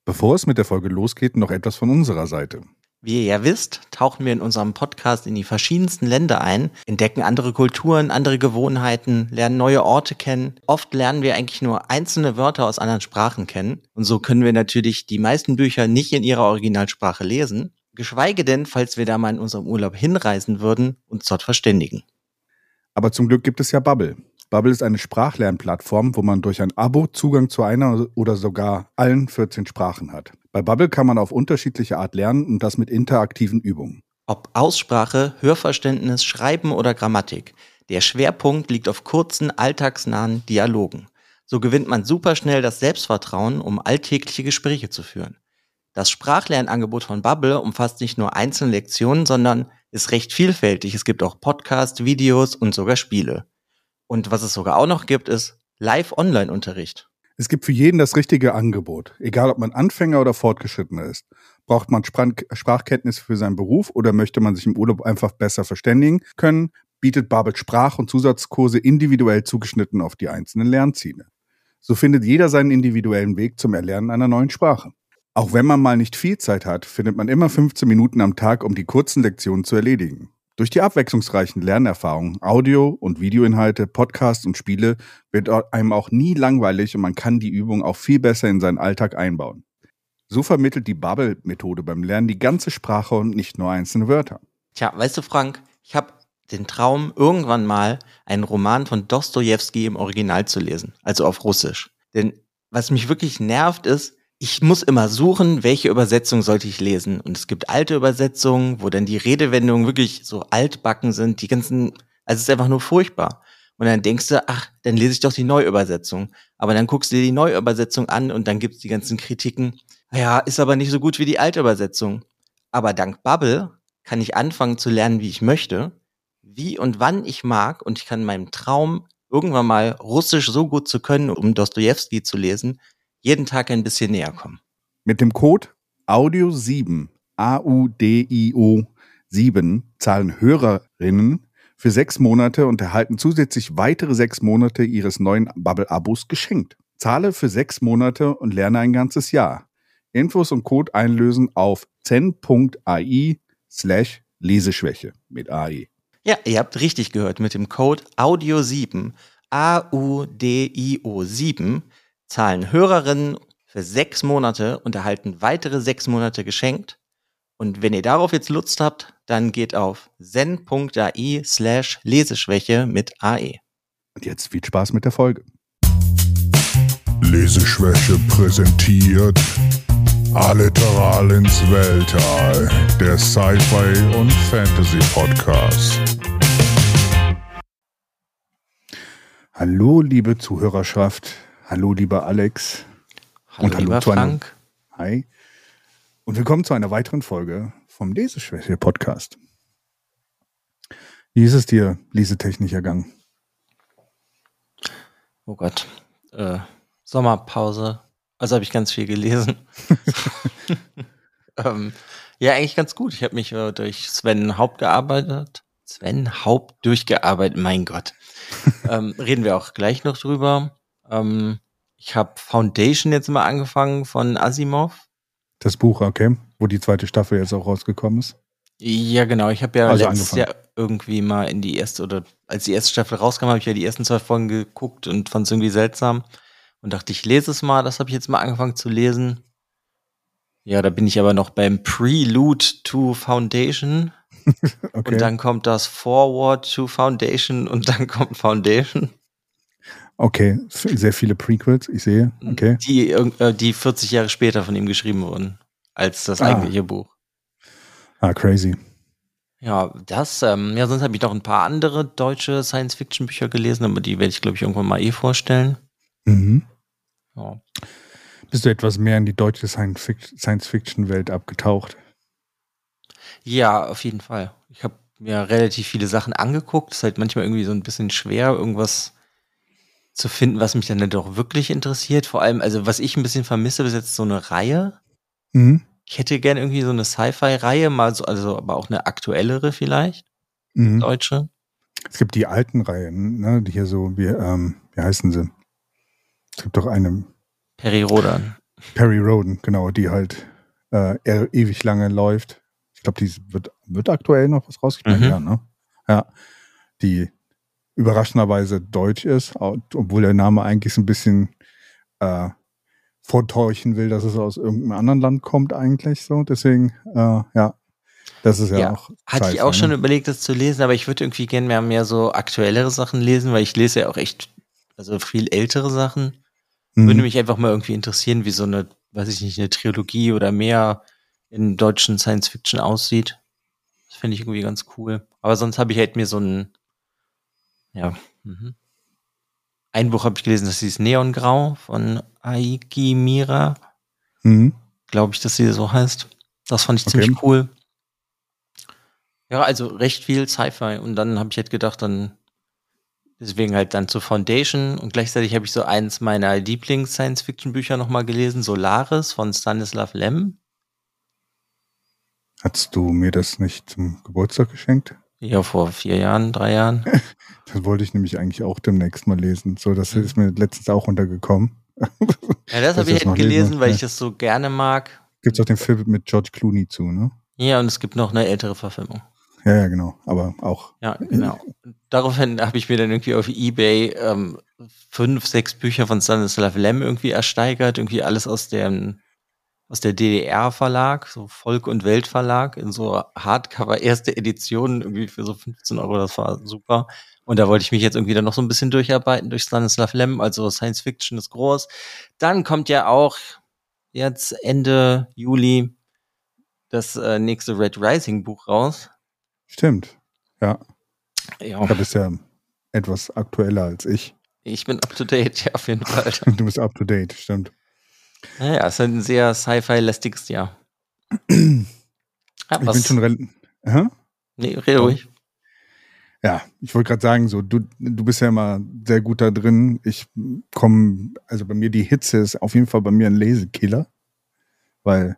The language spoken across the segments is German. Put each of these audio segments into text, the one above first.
Bevor es mit der Folge losgeht, noch etwas von unserer Seite. Wie ihr ja wisst, tauchen wir in unserem Podcast in die verschiedensten Länder ein, entdecken andere Kulturen, andere Gewohnheiten, lernen neue Orte kennen. Oft lernen wir eigentlich nur einzelne Wörter aus anderen Sprachen kennen. Und so können wir natürlich die meisten Bücher nicht in ihrer Originalsprache lesen. Geschweige denn, falls wir da mal in unserem Urlaub hinreisen würden, uns dort verständigen. Aber zum Glück gibt es ja Babbel. Babbel ist eine Sprachlernplattform, wo man durch ein Abo Zugang zu einer oder sogar allen 14 Sprachen hat. Bei Babbel kann man auf unterschiedliche Art lernen und das mit interaktiven Übungen. Ob Aussprache, Hörverständnis, Schreiben oder Grammatik. Der Schwerpunkt liegt auf kurzen, alltagsnahen Dialogen. So gewinnt man superschnell das Selbstvertrauen, um alltägliche Gespräche zu führen. Das Sprachlernangebot von Babbel umfasst nicht nur einzelne Lektionen, sondern ist recht vielfältig. Es gibt auch Podcasts, Videos und sogar Spiele. Und was es sogar auch noch gibt, ist Live-Online-Unterricht. Es gibt für jeden das richtige Angebot. Egal, ob man Anfänger oder Fortgeschrittener ist. Braucht man Sprachkenntnisse für seinen Beruf oder möchte man sich im Urlaub einfach besser verständigen können, bietet Babbel Sprach- und Zusatzkurse individuell zugeschnitten auf die einzelnen Lernziele. So findet jeder seinen individuellen Weg zum Erlernen einer neuen Sprache. Auch wenn man mal nicht viel Zeit hat, findet man immer 15 Minuten am Tag, um die kurzen Lektionen zu erledigen. Durch die abwechslungsreichen Lernerfahrungen, Audio- und Videoinhalte, Podcasts und Spiele wird einem auch nie langweilig und man kann die Übung auch viel besser in seinen Alltag einbauen. So vermittelt die Babbel-Methode beim Lernen die ganze Sprache und nicht nur einzelne Wörter. Tja, weißt du, Frank, ich habe den Traum, irgendwann mal einen Roman von Dostojewski im Original zu lesen, also auf Russisch. Denn was mich wirklich nervt ist, ich muss immer suchen, welche Übersetzung sollte ich lesen. Und es gibt alte Übersetzungen, wo dann die Redewendungen wirklich so altbacken sind. Also es ist einfach nur furchtbar. Und dann denkst du, ach, dann lese ich doch die Neuübersetzung. Aber dann guckst du dir die Neuübersetzung an und dann gibt's die ganzen Kritiken. Ja, ist aber nicht so gut wie die alte Übersetzung. Aber dank Babbel kann ich anfangen zu lernen, wie ich möchte, wie und wann ich mag. Und ich kann meinem Traum, irgendwann mal Russisch so gut zu können, um Dostojewski zu lesen, jeden Tag ein bisschen näher kommen. Mit dem Code AUDIO7, AUDIO 7, zahlen Hörerinnen für 6 Monate und erhalten zusätzlich weitere 6 Monate ihres neuen Babbel-Abos geschenkt. Zahle für 6 Monate und lerne ein ganzes Jahr. Infos und Code einlösen auf zen.ai/Leseschwäche mit AI. Ja, ihr habt richtig gehört. Mit dem Code AUDIO7, AUDIO 7, zahlen Hörerinnen für 6 Monate und erhalten weitere 6 Monate geschenkt. Und wenn ihr darauf jetzt Lust habt, dann geht auf zen.ai/Leseschwäche mit AE. Und jetzt viel Spaß mit der Folge. Leseschwäche präsentiert Alliteral ins Weltall, der Sci-Fi und Fantasy Podcast. Hallo, liebe Zuhörerschaft. Hallo, lieber Alex. Hallo, und hallo, lieber Frank. Hi. Und willkommen zu einer weiteren Folge vom Leseschwäche-Podcast. Wie ist es dir, lesetechnisch ergangen? Oh Gott. Sommerpause. Also habe ich ganz viel gelesen. Ja, eigentlich ganz gut. Ich habe mich durch Sven Haupt durchgearbeitet. Mein Gott. Reden wir auch gleich noch drüber. Ich habe Foundation jetzt mal angefangen von Asimov. Das Buch, okay, wo die 2. Staffel jetzt auch rausgekommen ist. Ja, genau. Ich habe ja letztes Jahr irgendwie mal in die erste, oder als die erste Staffel rauskam, habe ich ja die ersten 2 Folgen geguckt und fand es irgendwie seltsam. Und dachte, ich lese es mal. Das habe ich jetzt mal angefangen zu lesen. Ja, da bin ich aber noch beim Prelude to Foundation. Okay. Und dann kommt das Forward to Foundation und dann kommt Foundation. Okay, sehr viele Prequels, ich sehe. Okay. Die 40 Jahre später von ihm geschrieben wurden, als das eigentliche Buch. Crazy. Ja, sonst habe ich noch ein paar andere deutsche Science-Fiction-Bücher gelesen, aber die werde ich, glaube ich, irgendwann mal vorstellen. Mhm. Ja. Bist du etwas mehr in die deutsche Science-Fiction-Welt abgetaucht? Ja, auf jeden Fall. Ich habe mir relativ viele Sachen angeguckt. Es ist halt manchmal irgendwie so ein bisschen schwer, irgendwas zu finden, was mich dann doch wirklich interessiert. Vor allem, also was ich ein bisschen vermisse, ist jetzt so eine Reihe. Mhm. Ich hätte gerne irgendwie so eine Sci-Fi-Reihe, mal so, also aber auch eine aktuellere vielleicht. Deutsche. Es gibt die alten Reihen, ne, die hier so, wie heißen sie? Es gibt doch eine. Peri Rodan. Perry Rhodan, genau, die halt ewig lange läuft. Ich glaube, die wird aktuell noch was rausgekommen, ja, ne? Ja, die überraschenderweise deutsch ist, obwohl der Name eigentlich so ein bisschen vortäuschen will, dass es aus irgendeinem anderen Land kommt eigentlich so. Deswegen, ja, das ist ja auch hatte ich auch schon überlegt, das zu lesen, aber ich würde irgendwie gerne mehr so aktuellere Sachen lesen, weil ich lese ja auch echt, also viel ältere Sachen. Würde mich einfach mal irgendwie interessieren, wie so eine, weiß ich nicht, eine Trilogie oder mehr in deutschen Science-Fiction aussieht. Das finde ich irgendwie ganz cool. Aber sonst habe ich halt mir so ein, ein Buch habe ich gelesen, das hieß Neongrau von Aiki Mira. Glaube ich, dass sie so heißt. Das fand ich ziemlich cool. Ja, also recht viel Sci-Fi. Und dann habe ich halt gedacht, deswegen halt dann zur Foundation. Und gleichzeitig habe ich so eins meiner Lieblings-Science-Fiction-Bücher nochmal gelesen, Solaris von Stanislav Lem. Hattest du mir das nicht zum Geburtstag geschenkt? Ja, vor 3 Jahren. Das wollte ich nämlich eigentlich auch demnächst mal lesen. So, das ist mir letztens auch untergekommen. Ja, das habe ich halt gelesen, weil ich das so gerne mag. Gibt's auch den Film mit George Clooney zu, ne? Ja, und es gibt noch eine ältere Verfilmung. Ja, genau, aber auch. Ja, genau. Daraufhin habe ich mir dann irgendwie auf eBay 5, 6 Bücher von Stanislav Lem irgendwie ersteigert, irgendwie alles aus der DDR-Verlag, so Volk- und Welt-Verlag, in so Hardcover erste Edition, irgendwie für so 15 Euro, das war super. Und da wollte ich mich jetzt irgendwie dann noch so ein bisschen durcharbeiten durch Stanislav Lem, also Science Fiction ist groß. Dann kommt ja auch jetzt Ende Juli das nächste Red Rising Buch raus. Stimmt, ja. Ja. Du bist ja etwas aktueller als ich. Ich bin up to date, ja, auf jeden Fall. Du bist up to date, stimmt. Naja, es ist ein sehr Sci-Fi-lästiges Jahr. Ich bin schon Nee, rede ruhig. Ja, ich wollte gerade sagen, so du bist ja immer sehr gut da drin. Also bei mir die Hitze ist auf jeden Fall bei mir ein Lesekiller, weil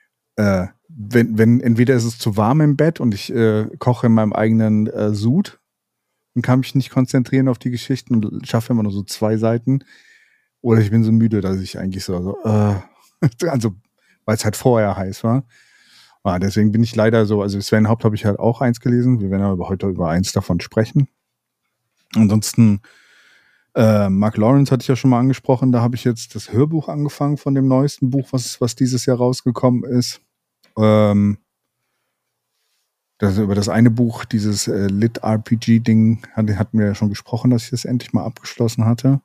wenn entweder ist es zu warm im Bett und ich koche in meinem eigenen Sud und kann mich nicht konzentrieren auf die Geschichten und schaffe immer nur so 2 Seiten, oder ich bin so müde, dass ich eigentlich also weil es halt vorher heiß war. Deswegen bin ich leider so, also Sven Haupt habe ich halt auch 1 gelesen. Wir werden aber heute über 1 davon sprechen. Ansonsten, Mark Lawrence hatte ich ja schon mal angesprochen. Da habe ich jetzt das Hörbuch angefangen von dem neuesten Buch, was dieses Jahr rausgekommen ist. Über das eine Buch, dieses Lit-RPG-Ding, hatten wir ja schon gesprochen, dass ich das endlich mal abgeschlossen hatte.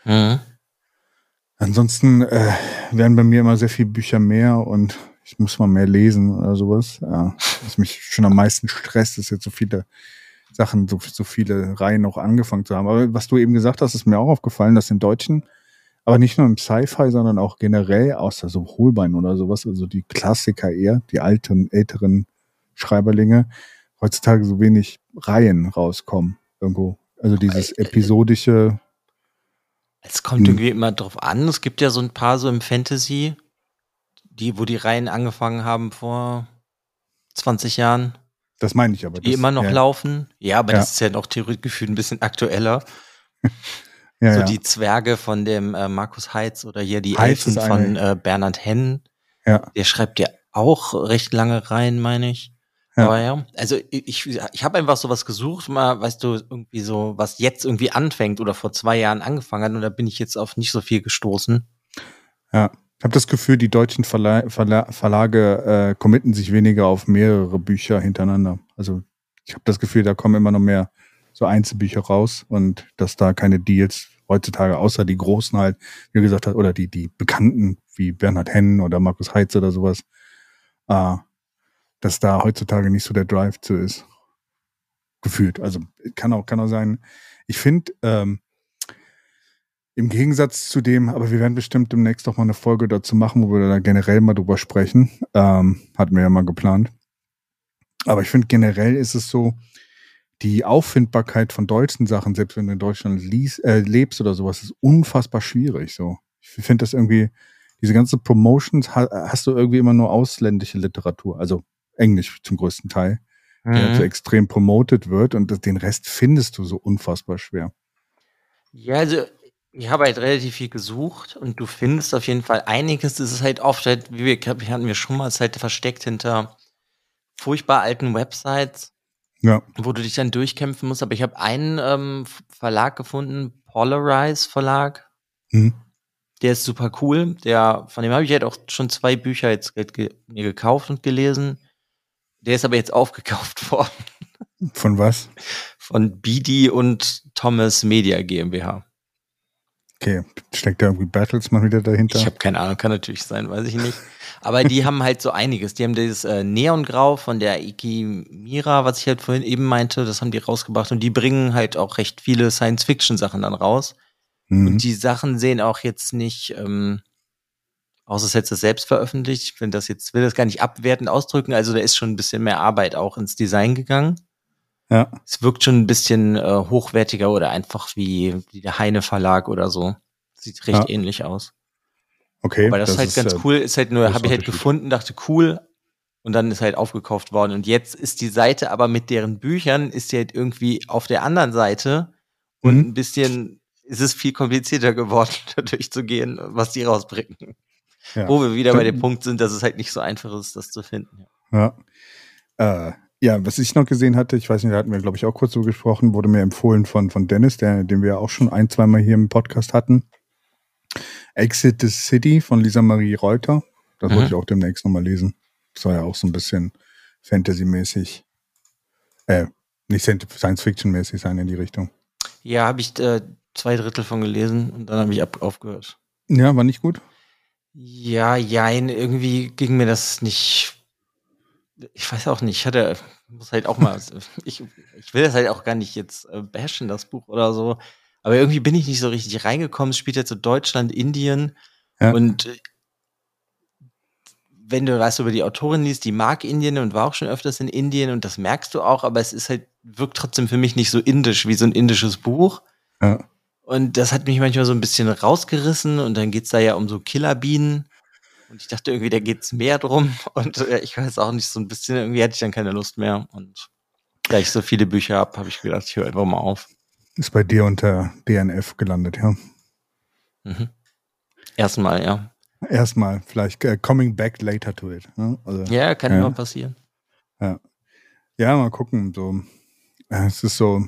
Ansonsten werden bei mir immer sehr viele Bücher mehr und ich muss mal mehr lesen oder sowas. Ja, was mich schon am meisten stresst, ist jetzt so viele Sachen, so viele Reihen noch angefangen zu haben. Aber was du eben gesagt hast, ist mir auch aufgefallen, dass in Deutschen, aber nicht nur im Sci-Fi, sondern auch generell, außer so Holbein oder sowas, also die Klassiker eher, die älteren Schreiberlinge, heutzutage so wenig Reihen rauskommen irgendwo. Also dieses episodische. Es kommt irgendwie immer drauf an. Es gibt ja so ein paar so im Fantasy, wo die Reihen angefangen haben vor 20 Jahren. Das meine ich aber. Die immer noch laufen. Ja, aber das ist ja noch theoretisch gefühlt ein bisschen aktueller. Die Zwerge von dem Markus Heitz oder hier die Elfen von Bernhard Henn. Ja. Der schreibt ja auch recht lange Reihen, meine ich. Ja. Aber ja, also ich habe einfach sowas gesucht, mal, weißt du, irgendwie so, was jetzt irgendwie anfängt oder vor 2 Jahren angefangen hat, und da bin ich jetzt auf nicht so viel gestoßen. Ja, ich habe das Gefühl, die deutschen Verlage committen sich weniger auf mehrere Bücher hintereinander. Also ich habe das Gefühl, da kommen immer noch mehr so Einzelbücher raus und dass da keine Deals heutzutage, außer die großen halt, wie gesagt, oder die Bekannten wie Bernhard Henn oder Markus Heitz oder sowas, dass da heutzutage nicht so der Drive zu ist. Gefühlt. Also kann auch sein. Ich finde, im Gegensatz zu dem, aber wir werden bestimmt demnächst auch mal eine Folge dazu machen, wo wir da generell mal drüber sprechen. Hatten wir ja mal geplant. Aber ich finde, generell ist es so, die Auffindbarkeit von deutschen Sachen, selbst wenn du in Deutschland lebst oder sowas, ist unfassbar schwierig. So. Ich finde das irgendwie, diese ganze Promotions hast du irgendwie immer nur ausländische Literatur, also Englisch zum größten Teil, der so extrem promotet wird, und den Rest findest du so unfassbar schwer. Ja, also Ich habe halt relativ viel gesucht und du findest auf jeden Fall einiges. Es ist halt oft halt, hatten wir schon mal, ist halt versteckt hinter furchtbar alten Websites, Ja. wo du dich dann durchkämpfen musst. Aber ich habe einen Verlag gefunden, Polarize Verlag. Hm. Der ist super cool. Von dem habe ich halt auch schon 2 Bücher jetzt mir gekauft und gelesen. Der ist aber jetzt aufgekauft worden. Von was? Von Bidi und Thomas Media GmbH. Okay, steckt da irgendwie Bertelsmann wieder dahinter? Ich habe keine Ahnung, kann natürlich sein, weiß ich nicht. Aber die haben halt so einiges. Die haben dieses Neongrau von der Ikimira, was ich halt vorhin eben meinte, das haben die rausgebracht. Und die bringen halt auch recht viele Science-Fiction-Sachen dann raus. Mhm. Und die Sachen sehen auch jetzt nicht, außer es hätte es selbst veröffentlicht, ich will das gar nicht abwertend ausdrücken, also da ist schon ein bisschen mehr Arbeit auch ins Design gegangen. Ja. Es wirkt schon ein bisschen hochwertiger oder einfach wie der Heine Verlag oder so. Sieht recht ähnlich aus. Okay. Aber das ist halt ganz cool, ist halt nur, habe ich halt gefunden, dachte cool und dann ist halt aufgekauft worden. Und jetzt ist die Seite aber mit deren Büchern, ist die halt irgendwie auf der anderen Seite und ein bisschen, ist es viel komplizierter geworden, da durchzugehen, was die rausbringen. Ja. Wo wir wieder bei dem Punkt sind, dass es halt nicht so einfach ist, das zu finden. Ja. Ja, was ich noch gesehen hatte, ich weiß nicht, da hatten wir, glaube ich, auch kurz drüber gesprochen, wurde mir empfohlen von Dennis, den wir auch schon 1-2 Mal hier im Podcast hatten. Exit the City von Lisa Marie Reuter. Das wollte ich auch demnächst nochmal lesen. Das soll ja auch so ein bisschen Fantasy-mäßig, nicht Science-Fiction-mäßig sein in die Richtung. Ja, habe ich 2/3 von gelesen und dann habe ich aufgehört. Ja, war nicht gut? Ja, irgendwie ging mir das nicht. Ich weiß auch nicht, muss halt auch mal, ich will das halt auch gar nicht jetzt bashen, das Buch oder so, aber irgendwie bin ich nicht so richtig reingekommen. Es spielt jetzt so Deutschland, Indien und wenn du was über die Autorin liest, die mag Indien und war auch schon öfters in Indien und das merkst du auch, aber es ist halt, wirkt trotzdem für mich nicht so indisch wie so ein indisches Buch. Ja. Und das hat mich manchmal so ein bisschen rausgerissen und dann geht's da ja um so Killerbienen. Und ich dachte irgendwie, da geht's mehr drum. Und ich weiß auch nicht, so ein bisschen, irgendwie hatte ich dann keine Lust mehr. Und da ich so viele Bücher habe, habe ich gedacht, ich höre einfach mal auf. Ist bei dir unter DNF gelandet, ja? Mhm. Erstmal, ja. Erstmal, vielleicht coming back later to it. Ne? Also, ja, kann immer passieren. Ja, mal gucken. So, es ist so,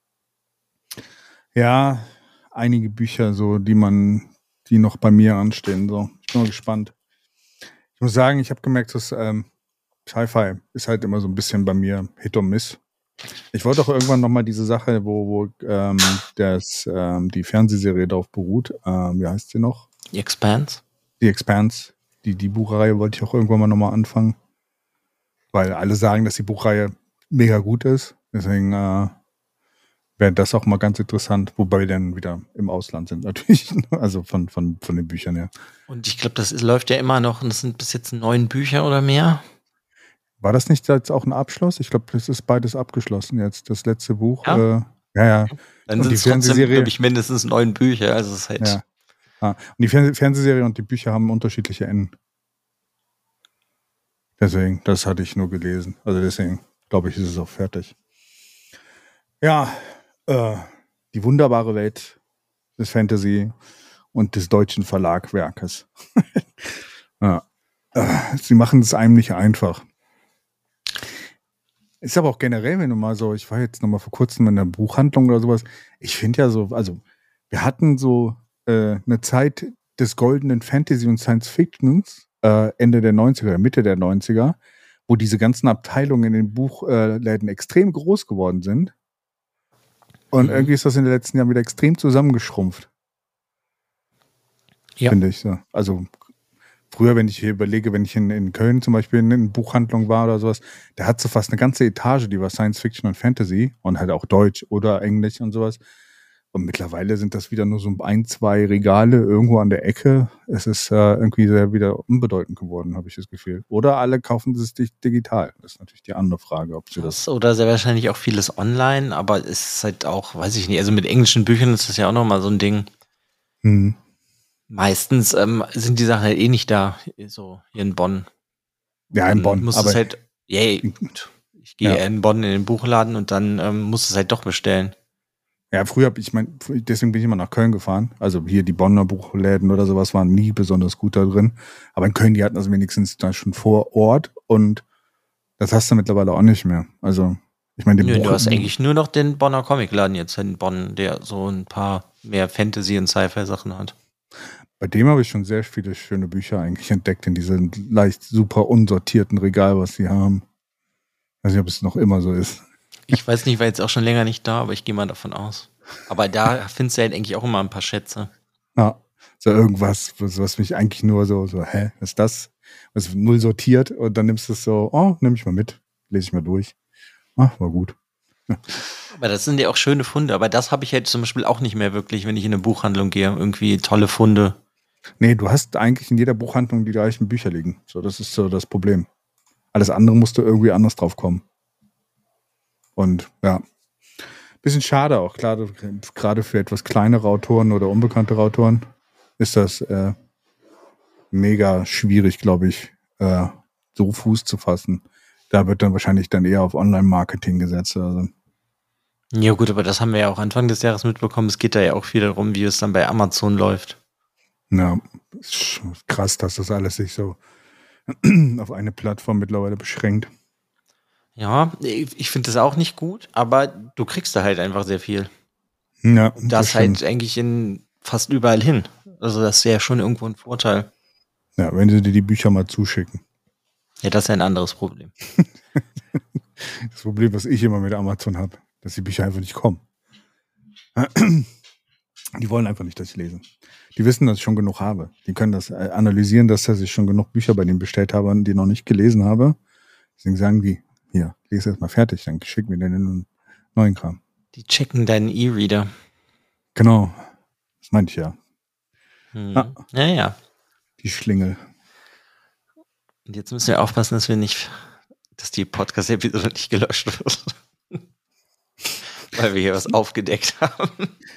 ja, einige Bücher, so, die noch bei mir anstehen. So, ich bin mal gespannt. Ich muss sagen, ich habe gemerkt, dass Sci-Fi ist halt immer so ein bisschen bei mir Hit or Miss. Ich wollte auch irgendwann nochmal diese Sache, wo die Fernsehserie darauf beruht. Wie heißt sie noch? The Expanse. The Expanse. Die Buchreihe wollte ich auch irgendwann mal nochmal anfangen. Weil alle sagen, dass die Buchreihe mega gut ist. Deswegen wäre das auch mal ganz interessant. Wobei wir dann wieder im Ausland sind natürlich. Also von den Büchern her. Und ich glaube, das läuft ja immer noch. Und das sind bis jetzt 9 Bücher oder mehr. War das nicht jetzt auch ein Abschluss? Ich glaube, das ist beides abgeschlossen jetzt. Das letzte Buch. Ja. Ja. Dann sind es trotzdem, glaube ich, mindestens 9 Bücher. Also es ist halt. Ja. Und die Fernsehserie und die Bücher haben unterschiedliche Enden. Deswegen, das hatte ich nur gelesen. Also deswegen, glaube ich, ist es auch fertig. Ja, die wunderbare Welt des Fantasy und des deutschen Verlagwerkes. Sie machen es einem nicht einfach. Ist aber auch generell, wenn du mal so, ich war jetzt noch mal vor kurzem in einer Buchhandlung oder sowas, ich finde ja so, also wir hatten so eine Zeit des goldenen Fantasy und Science Fictions, Ende der 90er, Mitte der 90er, wo diese ganzen Abteilungen in den Buchläden extrem groß geworden sind. Und irgendwie ist das in den letzten Jahren wieder extrem zusammengeschrumpft. Ja. Finde ich so. Also früher, wenn ich hier überlege, wenn ich in Köln zum Beispiel in einer Buchhandlung war oder sowas, da hat so fast eine ganze Etage, die war Science Fiction und Fantasy und halt auch Deutsch oder Englisch und sowas. Und mittlerweile sind das wieder nur so 1-2 Regale irgendwo an der Ecke. Es ist irgendwie sehr wieder unbedeutend geworden, habe ich das Gefühl. Oder alle kaufen es digital. Das ist natürlich die andere Frage, ob sie das... Oder sehr wahrscheinlich auch vieles online, aber es ist halt auch, weiß ich nicht, also mit englischen Büchern ist das ja auch nochmal so ein Ding. Meistens sind die Sachen halt eh nicht da, so hier in Bonn. Ja, in Bonn. Muss es halt, ich gehe in Bonn in den Buchladen und dann muss es halt doch bestellen. Ja, früher deswegen bin ich immer nach Köln gefahren. Also hier die Bonner Buchläden oder sowas waren nie besonders gut da drin. Aber in Köln, die hatten das wenigstens da schon vor Ort und das hast du mittlerweile auch nicht mehr. Also, ich meine, Nö, du hast eigentlich nur noch den Bonner Comicladen jetzt in Bonn, der so ein paar mehr Fantasy- und Sci-Fi-Sachen hat. Bei dem habe ich schon sehr viele schöne Bücher eigentlich entdeckt in diesem leicht super unsortierten Regal, was sie haben. Weiß nicht, ob es noch immer so ist. Ich weiß nicht, war jetzt auch schon länger nicht da, aber ich gehe mal davon aus. Aber da findest du halt eigentlich auch immer ein paar Schätze. Ja, so irgendwas, was mich eigentlich nur so, was ist das? Was null sortiert und dann nimmst du es so, nimm ich mal mit, lese ich mal durch. War gut. Aber das sind ja auch schöne Funde. Aber das habe ich halt zum Beispiel auch nicht mehr wirklich, wenn ich in eine Buchhandlung gehe. Irgendwie tolle Funde. Nee, du hast eigentlich in jeder Buchhandlung die gleichen Bücher liegen. So, das ist so das Problem. Alles andere musst du irgendwie anders drauf kommen. Und ja, bisschen schade auch. Klar, gerade für etwas kleinere Autoren oder unbekannte Autoren ist das mega schwierig, glaube ich, so Fuß zu fassen. Da wird dann wahrscheinlich dann eher auf Online-Marketing gesetzt. Also. Ja gut, aber das haben wir ja auch Anfang des Jahres mitbekommen. Es geht da ja auch viel darum, wie es dann bei Amazon läuft. Ja, ist krass, dass das alles sich so auf eine Plattform mittlerweile beschränkt. Ja, ich finde das auch nicht gut, aber du kriegst da halt einfach sehr viel. Ja, das halt eigentlich in fast überall hin. Also das ist ja schon irgendwo ein Vorteil. Ja, wenn sie dir die Bücher mal zuschicken. Ja, das ist ja ein anderes Problem. Das Problem, was ich immer mit Amazon habe, dass die Bücher einfach nicht kommen. Die wollen einfach nicht, dass ich lese. Die wissen, dass ich schon genug habe. Die können das analysieren, dass ich schon genug Bücher bei denen bestellt habe und die noch nicht gelesen habe. Deswegen sagen die, hier, lese erst mal fertig, dann schick mir den neuen Kram. Die checken deinen E-Reader. Genau, das meinte ich ja. Ja. Die Schlingel. Und jetzt müssen wir aufpassen, dass die Podcast-Episode nicht gelöscht wird. Weil wir hier was aufgedeckt haben.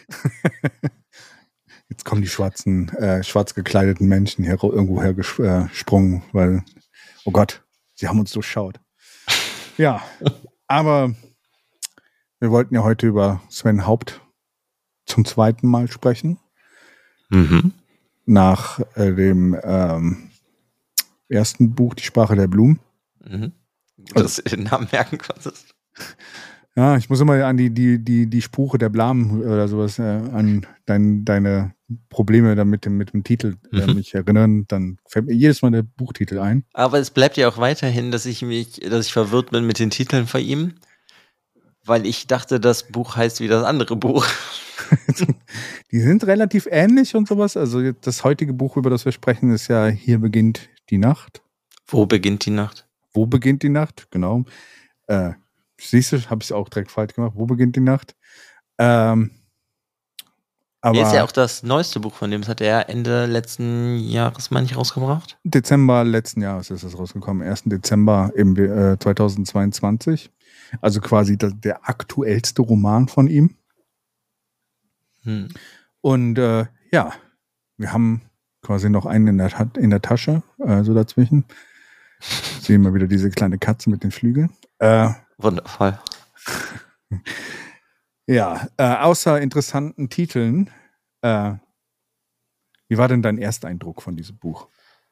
Jetzt kommen die schwarz gekleideten Menschen hier irgendwo hergesprungen, weil, oh Gott, sie haben uns durchschaut. Ja, aber wir wollten ja heute über Sven Haupt zum zweiten Mal sprechen. Mhm. Nach dem ersten Buch, Die Sprache der Blumen. Mhm. Dass du den Namen merken konntest. Ja, ich muss immer an die Spruche der Blamen oder sowas, an deine Probleme damit mit dem Titel mich erinnern, dann fällt mir jedes Mal der Buchtitel ein. Aber es bleibt ja auch weiterhin, dass ich verwirrt bin mit den Titeln von ihm, weil ich dachte, das Buch heißt wie das andere Buch. Die sind relativ ähnlich und sowas. Also das heutige Buch, über das wir sprechen, ist ja Hier beginnt die Nacht. Wo beginnt die Nacht? Wo beginnt die Nacht? Genau. Siehst du, habe ich es auch direkt falsch gemacht. Wo beginnt die Nacht? Aber ist ja auch das neueste Buch von dem. Das hat er Ende letzten Jahres, meine ich, rausgebracht. Dezember letzten Jahres ist es rausgekommen. 1. Dezember 2022. Also quasi der aktuellste Roman von ihm. Und ja, wir haben quasi noch einen in der Tasche, so dazwischen. Sehen wir wieder diese kleine Katze mit den Flügeln. Wundervoll. Ja, außer interessanten Titeln, wie war denn dein Ersteindruck von diesem Buch?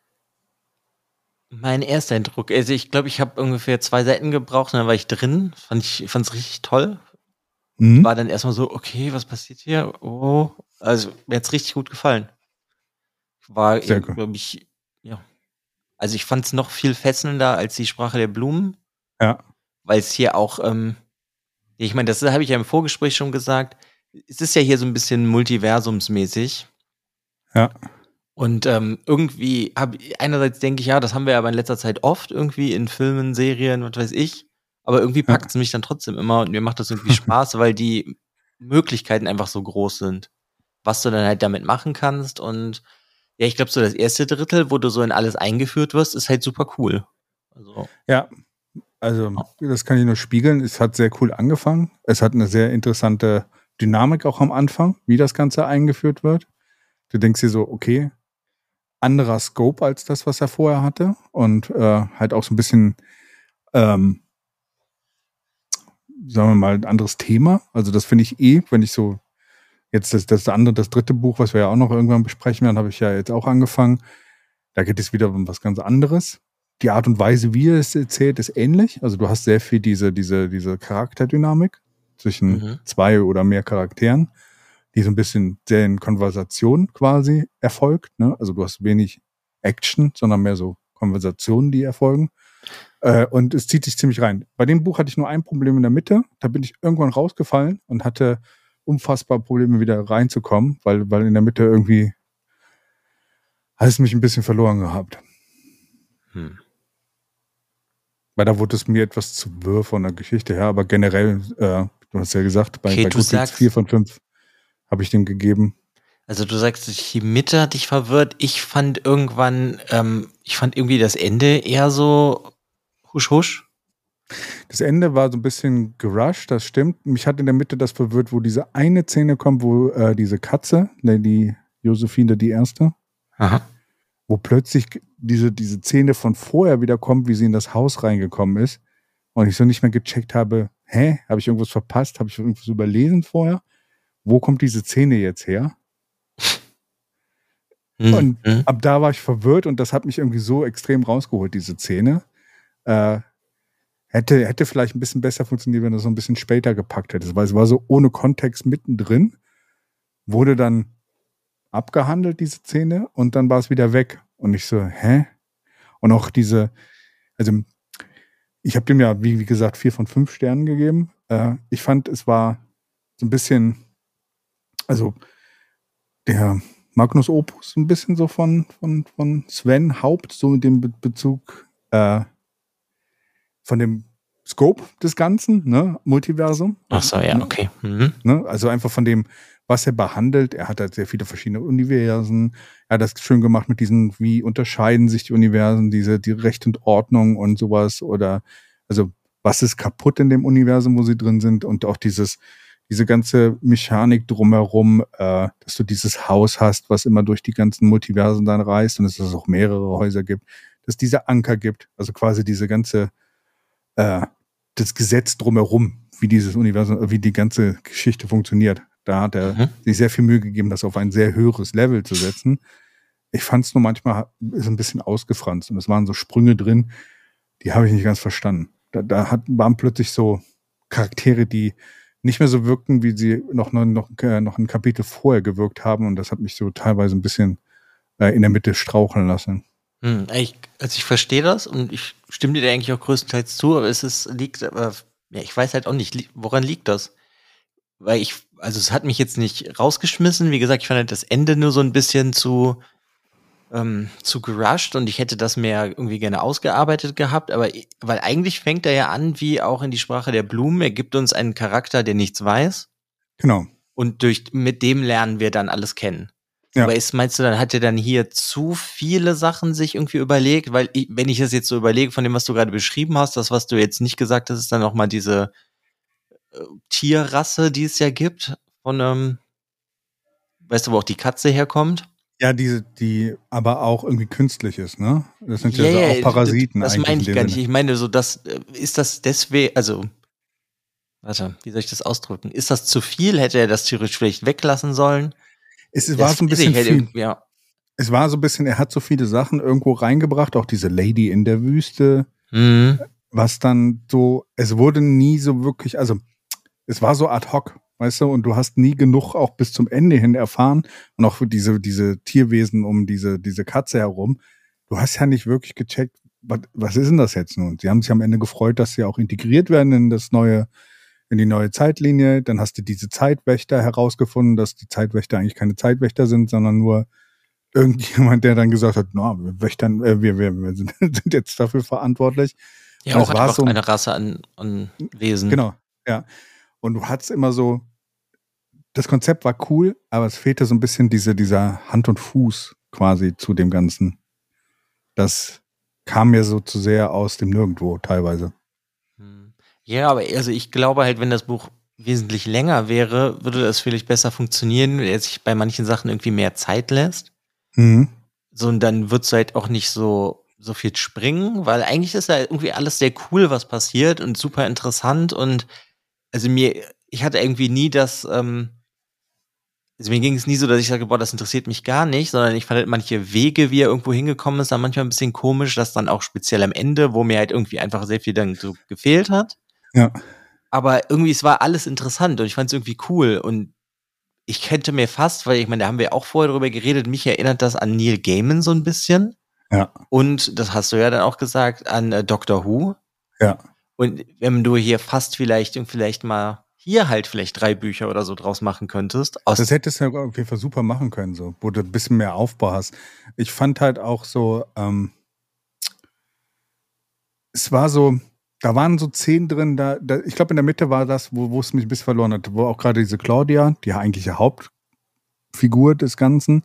Mein Ersteindruck, also ich glaube, ich habe ungefähr 2 Seiten gebraucht und dann war ich drin. Fand's richtig toll. War dann erstmal so, okay, was passiert hier? Oh, also mir hat's richtig gut gefallen. War, glaube ich, ja. Also ich fand's noch viel fesselnder als die Sprache der Blumen. Ja. Weil es hier auch, ich meine, das habe ich ja im Vorgespräch schon gesagt, es ist ja hier so ein bisschen multiversumsmäßig. Ja. Und irgendwie einerseits denke ich, ja, das haben wir aber in letzter Zeit oft irgendwie in Filmen, Serien, was weiß ich. Aber irgendwie packt es mich dann trotzdem immer und mir macht das irgendwie Spaß, weil die Möglichkeiten einfach so groß sind, was du dann halt damit machen kannst. Und ja, ich glaube, so das erste Drittel, wo du so in alles eingeführt wirst, ist halt super cool. Also. Ja, also das kann ich nur spiegeln. Es hat sehr cool angefangen. Es hat eine sehr interessante Dynamik auch am Anfang, wie das Ganze eingeführt wird. Du denkst dir so, okay, anderer Scope als das, was er vorher hatte. Und halt auch so ein bisschen sagen wir mal, ein anderes Thema. Also das finde ich wenn ich so, jetzt das dritte Buch, was wir ja auch noch irgendwann besprechen werden, habe ich ja jetzt auch angefangen. Da geht es wieder um was ganz anderes. Die Art und Weise, wie er es erzählt, ist ähnlich. Also du hast sehr viel diese Charakterdynamik zwischen zwei oder mehr Charakteren, die so ein bisschen sehr in Konversation quasi erfolgt. Ne? Also du hast wenig Action, sondern mehr so Konversationen, die erfolgen. Und es zieht sich ziemlich rein. Bei dem Buch hatte ich nur ein Problem in der Mitte. Da bin ich irgendwann rausgefallen und hatte unfassbar Probleme, wieder reinzukommen, weil in der Mitte irgendwie hat es mich ein bisschen verloren gehabt. Weil da wurde es mir etwas zu wirr von der Geschichte her, aber generell, du hast ja gesagt, bei Goodreads 4 von 5 habe ich dem gegeben. Also du sagst, die Mitte hat dich verwirrt. Ich fand irgendwie das Ende eher so husch husch. Das Ende war so ein bisschen gerusht, das stimmt. Mich hat in der Mitte das verwirrt, wo diese eine Szene kommt, wo diese Katze, Lady Josephine die Erste, wo plötzlich diese Szene von vorher wieder kommt, wie sie in das Haus reingekommen ist und ich so nicht mehr gecheckt habe, habe ich irgendwas verpasst? Habe ich irgendwas überlesen vorher? Wo kommt diese Szene jetzt her? Und ab da war ich verwirrt und das hat mich irgendwie so extrem rausgeholt, diese Szene. Hätte vielleicht ein bisschen besser funktioniert, wenn du so ein bisschen später gepackt hättest, weil es war so ohne Kontext mittendrin, wurde dann abgehandelt, diese Szene, und dann war es wieder weg. Und ich so, Und auch also ich habe dem ja, wie gesagt, 4 von 5 Sternen gegeben. Ich fand, es war so ein bisschen, also der Magnus Opus ein bisschen so von Sven Haupt, so in dem Bezug von dem Scope des Ganzen, ne, Multiversum. Ach so, ja, okay. Ne? Also einfach von dem, was er behandelt. Er hat halt sehr viele verschiedene Universen. Er hat das schön gemacht mit diesen, wie unterscheiden sich die Universen, die Recht und Ordnung und sowas, oder also was ist kaputt in dem Universum, wo sie drin sind, und auch diese ganze Mechanik drumherum, dass du dieses Haus hast, was immer durch die ganzen Multiversen dann reist, und dass es auch mehrere Häuser gibt, dass es diese Anker gibt, also quasi diese ganze das Gesetz drumherum, wie dieses Universum, wie die ganze Geschichte funktioniert. Da hat er sich sehr viel Mühe gegeben, das auf ein sehr höheres Level zu setzen. Ich fand es nur manchmal ist ein bisschen ausgefranst und es waren so Sprünge drin, die habe ich nicht ganz verstanden. Waren plötzlich so Charaktere, die nicht mehr so wirkten, wie sie noch ein Kapitel vorher gewirkt haben, und das hat mich so teilweise ein bisschen in der Mitte straucheln lassen. Ich verstehe das und ich stimme dir da eigentlich auch größtenteils zu, aber ich weiß halt auch nicht, woran liegt das? Weil es hat mich jetzt nicht rausgeschmissen. Wie gesagt, ich fand halt das Ende nur so ein bisschen zu gerusht und ich hätte das mehr irgendwie gerne ausgearbeitet gehabt, aber weil eigentlich fängt er ja an, wie auch in die Sprache der Blumen. Er gibt uns einen Charakter, der nichts weiß. Genau. Und mit dem lernen wir dann alles kennen. Ja. Aber meinst du, dann hat er dann hier zu viele Sachen sich irgendwie überlegt? Weil wenn ich das jetzt so überlege, von dem, was du gerade beschrieben hast, das, was du jetzt nicht gesagt hast, ist dann nochmal diese Tierrasse, die es ja gibt, weißt du, wo auch die Katze herkommt? Ja, die aber auch irgendwie künstlich ist, ne? Das sind ja auch Parasiten das eigentlich. Das meine ich gar nicht. Ich meine, so ist das deswegen, also, warte, wie soll ich das ausdrücken? Ist das zu viel? Hätte er das theoretisch vielleicht weglassen sollen? Es war so ein bisschen viel. Ja. Es war so ein bisschen, er hat so viele Sachen irgendwo reingebracht, auch diese Lady in der Wüste, was dann so, es wurde nie so wirklich, also es war so ad hoc, weißt du, und du hast nie genug auch bis zum Ende hin erfahren, und auch für diese Tierwesen um diese Katze herum. Du hast ja nicht wirklich gecheckt, was ist denn das jetzt nun? Sie haben sich am Ende gefreut, dass sie auch integriert werden in die neue Zeitlinie. Dann hast du diese Zeitwächter herausgefunden, dass die Zeitwächter eigentlich keine Zeitwächter sind, sondern nur irgendjemand, der dann gesagt hat, wir wächtern, wir sind jetzt dafür verantwortlich. Ja, auch einfach so eine Rasse an Wesen. Genau, ja. Und du hattest immer so, das Konzept war cool, aber es fehlte so ein bisschen dieser Hand und Fuß quasi zu dem Ganzen. Das kam mir so zu sehr aus dem Nirgendwo teilweise. Ja, aber also ich glaube halt, wenn das Buch wesentlich länger wäre, würde das vielleicht besser funktionieren, wenn er sich bei manchen Sachen irgendwie mehr Zeit lässt. So, und dann wird's halt auch nicht so viel springen, weil eigentlich ist da irgendwie alles sehr cool, was passiert, und super interessant, und also ich hatte irgendwie nie das, also mir ging es nie so, dass ich sage, boah, das interessiert mich gar nicht, sondern ich fand halt manche Wege, wie er irgendwo hingekommen ist, dann manchmal ein bisschen komisch, dass dann auch speziell am Ende, wo mir halt irgendwie einfach sehr viel dann so gefehlt hat. Ja. Aber irgendwie, es war alles interessant und ich fand es irgendwie cool und ich könnte mir fast, weil ich meine, da haben wir auch vorher drüber geredet, mich erinnert das an Neil Gaiman so ein bisschen. Ja. Und das hast du ja dann auch gesagt, an Doctor Who. Ja. Und wenn du hier fast vielleicht mal hier halt vielleicht 3 Bücher oder so draus machen könntest. Das hättest du ja auf jeden Fall super machen können, so, wo du ein bisschen mehr Aufbau hast. Ich fand halt auch so, es war so, da waren so Szenen drin, ich glaube in der Mitte war das, wo es mich ein bisschen verloren hat, wo auch gerade diese Claudia, die eigentliche Hauptfigur des Ganzen,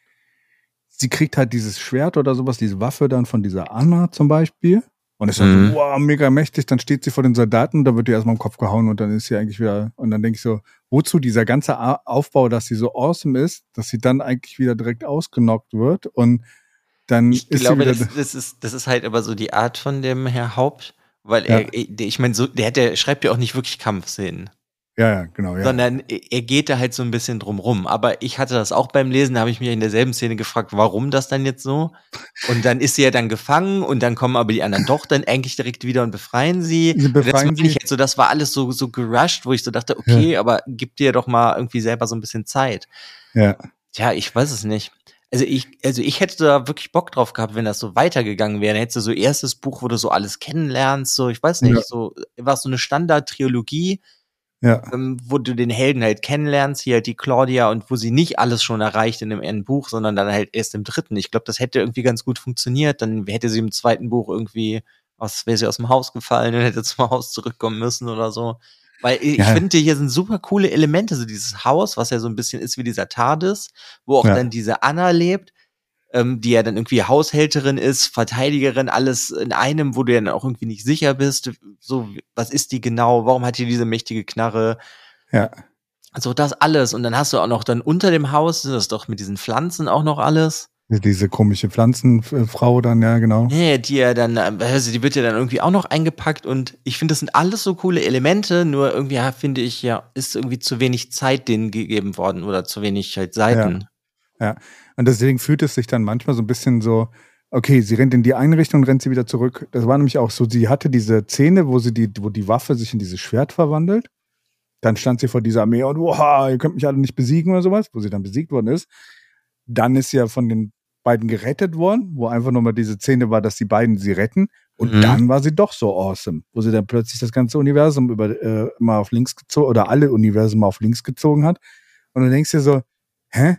sie kriegt halt dieses Schwert oder sowas, diese Waffe dann von dieser Anna zum Beispiel. Und ist dann so, wow, mega mächtig, dann steht sie vor den Soldaten, da wird ihr erstmal im Kopf gehauen und dann ist sie eigentlich wieder, und dann denke ich so, wozu dieser ganze Aufbau, dass sie so awesome ist, dass sie dann eigentlich wieder direkt ausgenockt wird und dann ich ist glaube, sie wieder. das ist halt aber so die Art von dem Herr Haupt, weil Ja. ich meine, so, der schreibt ja auch nicht wirklich Kampfszenen. Ja, genau, ja. Sondern er geht da halt so ein bisschen drum rum. Aber ich hatte das auch beim Lesen, da habe ich mich in derselben Szene gefragt, warum das dann jetzt so? Und dann ist sie ja dann gefangen und dann kommen aber die anderen doch dann eigentlich direkt wieder und befreien sie. Befreien das, halt so, das war alles so gerusht, wo ich so dachte, okay, aber gib dir doch mal irgendwie selber so ein bisschen Zeit. Ja. Tja, ich weiß es nicht. Also ich hätte da wirklich Bock drauf gehabt, wenn das so weitergegangen wäre. Dann hättest du so erstes Buch, wo du so alles kennenlernst, so, ich weiß nicht, so, war so eine Standard-Trilogie. Ja. Wo du den Helden halt kennenlernst, hier halt die Claudia und wo sie nicht alles schon erreicht in dem ersten Buch, sondern dann halt erst im dritten. Ich glaube, das hätte irgendwie ganz gut funktioniert. Dann hätte sie im zweiten Buch irgendwie wäre sie aus dem Haus gefallen und hätte zum Haus zurückkommen müssen oder so. Weil ich finde, hier sind super coole Elemente, so dieses Haus, was ja so ein bisschen ist wie dieser TARDIS, wo auch dann diese Anna lebt, die ja dann irgendwie Haushälterin ist, Verteidigerin, alles in einem, wo du ja dann auch irgendwie nicht sicher bist, so, was ist die genau, warum hat die diese mächtige Knarre? Ja. Also das alles. Und dann hast du auch noch dann unter dem Haus, das ist doch mit diesen Pflanzen auch noch alles. Diese komische Pflanzenfrau dann, ja, genau. Nee, die ja dann, also die wird ja dann irgendwie auch noch eingepackt und ich finde, das sind alles so coole Elemente, nur irgendwie, finde ich, ja, ist irgendwie zu wenig Zeit denen gegeben worden oder zu wenig halt Seiten. Ja. Und deswegen fühlt es sich dann manchmal so ein bisschen so, okay, sie rennt in die eine Richtung, rennt sie wieder zurück. Das war nämlich auch so, sie hatte diese Szene, wo die Waffe sich in dieses Schwert verwandelt. Dann stand sie vor dieser Armee und, wow, ihr könnt mich alle nicht besiegen oder sowas, wo sie dann besiegt worden ist. Dann ist sie ja von den beiden gerettet worden, wo einfach nochmal diese Szene war, dass die beiden sie retten. Und dann war sie doch so awesome, wo sie dann plötzlich das ganze Universum mal auf links gezogen, oder alle Universen mal auf links gezogen hat. Und du denkst dir so, hä?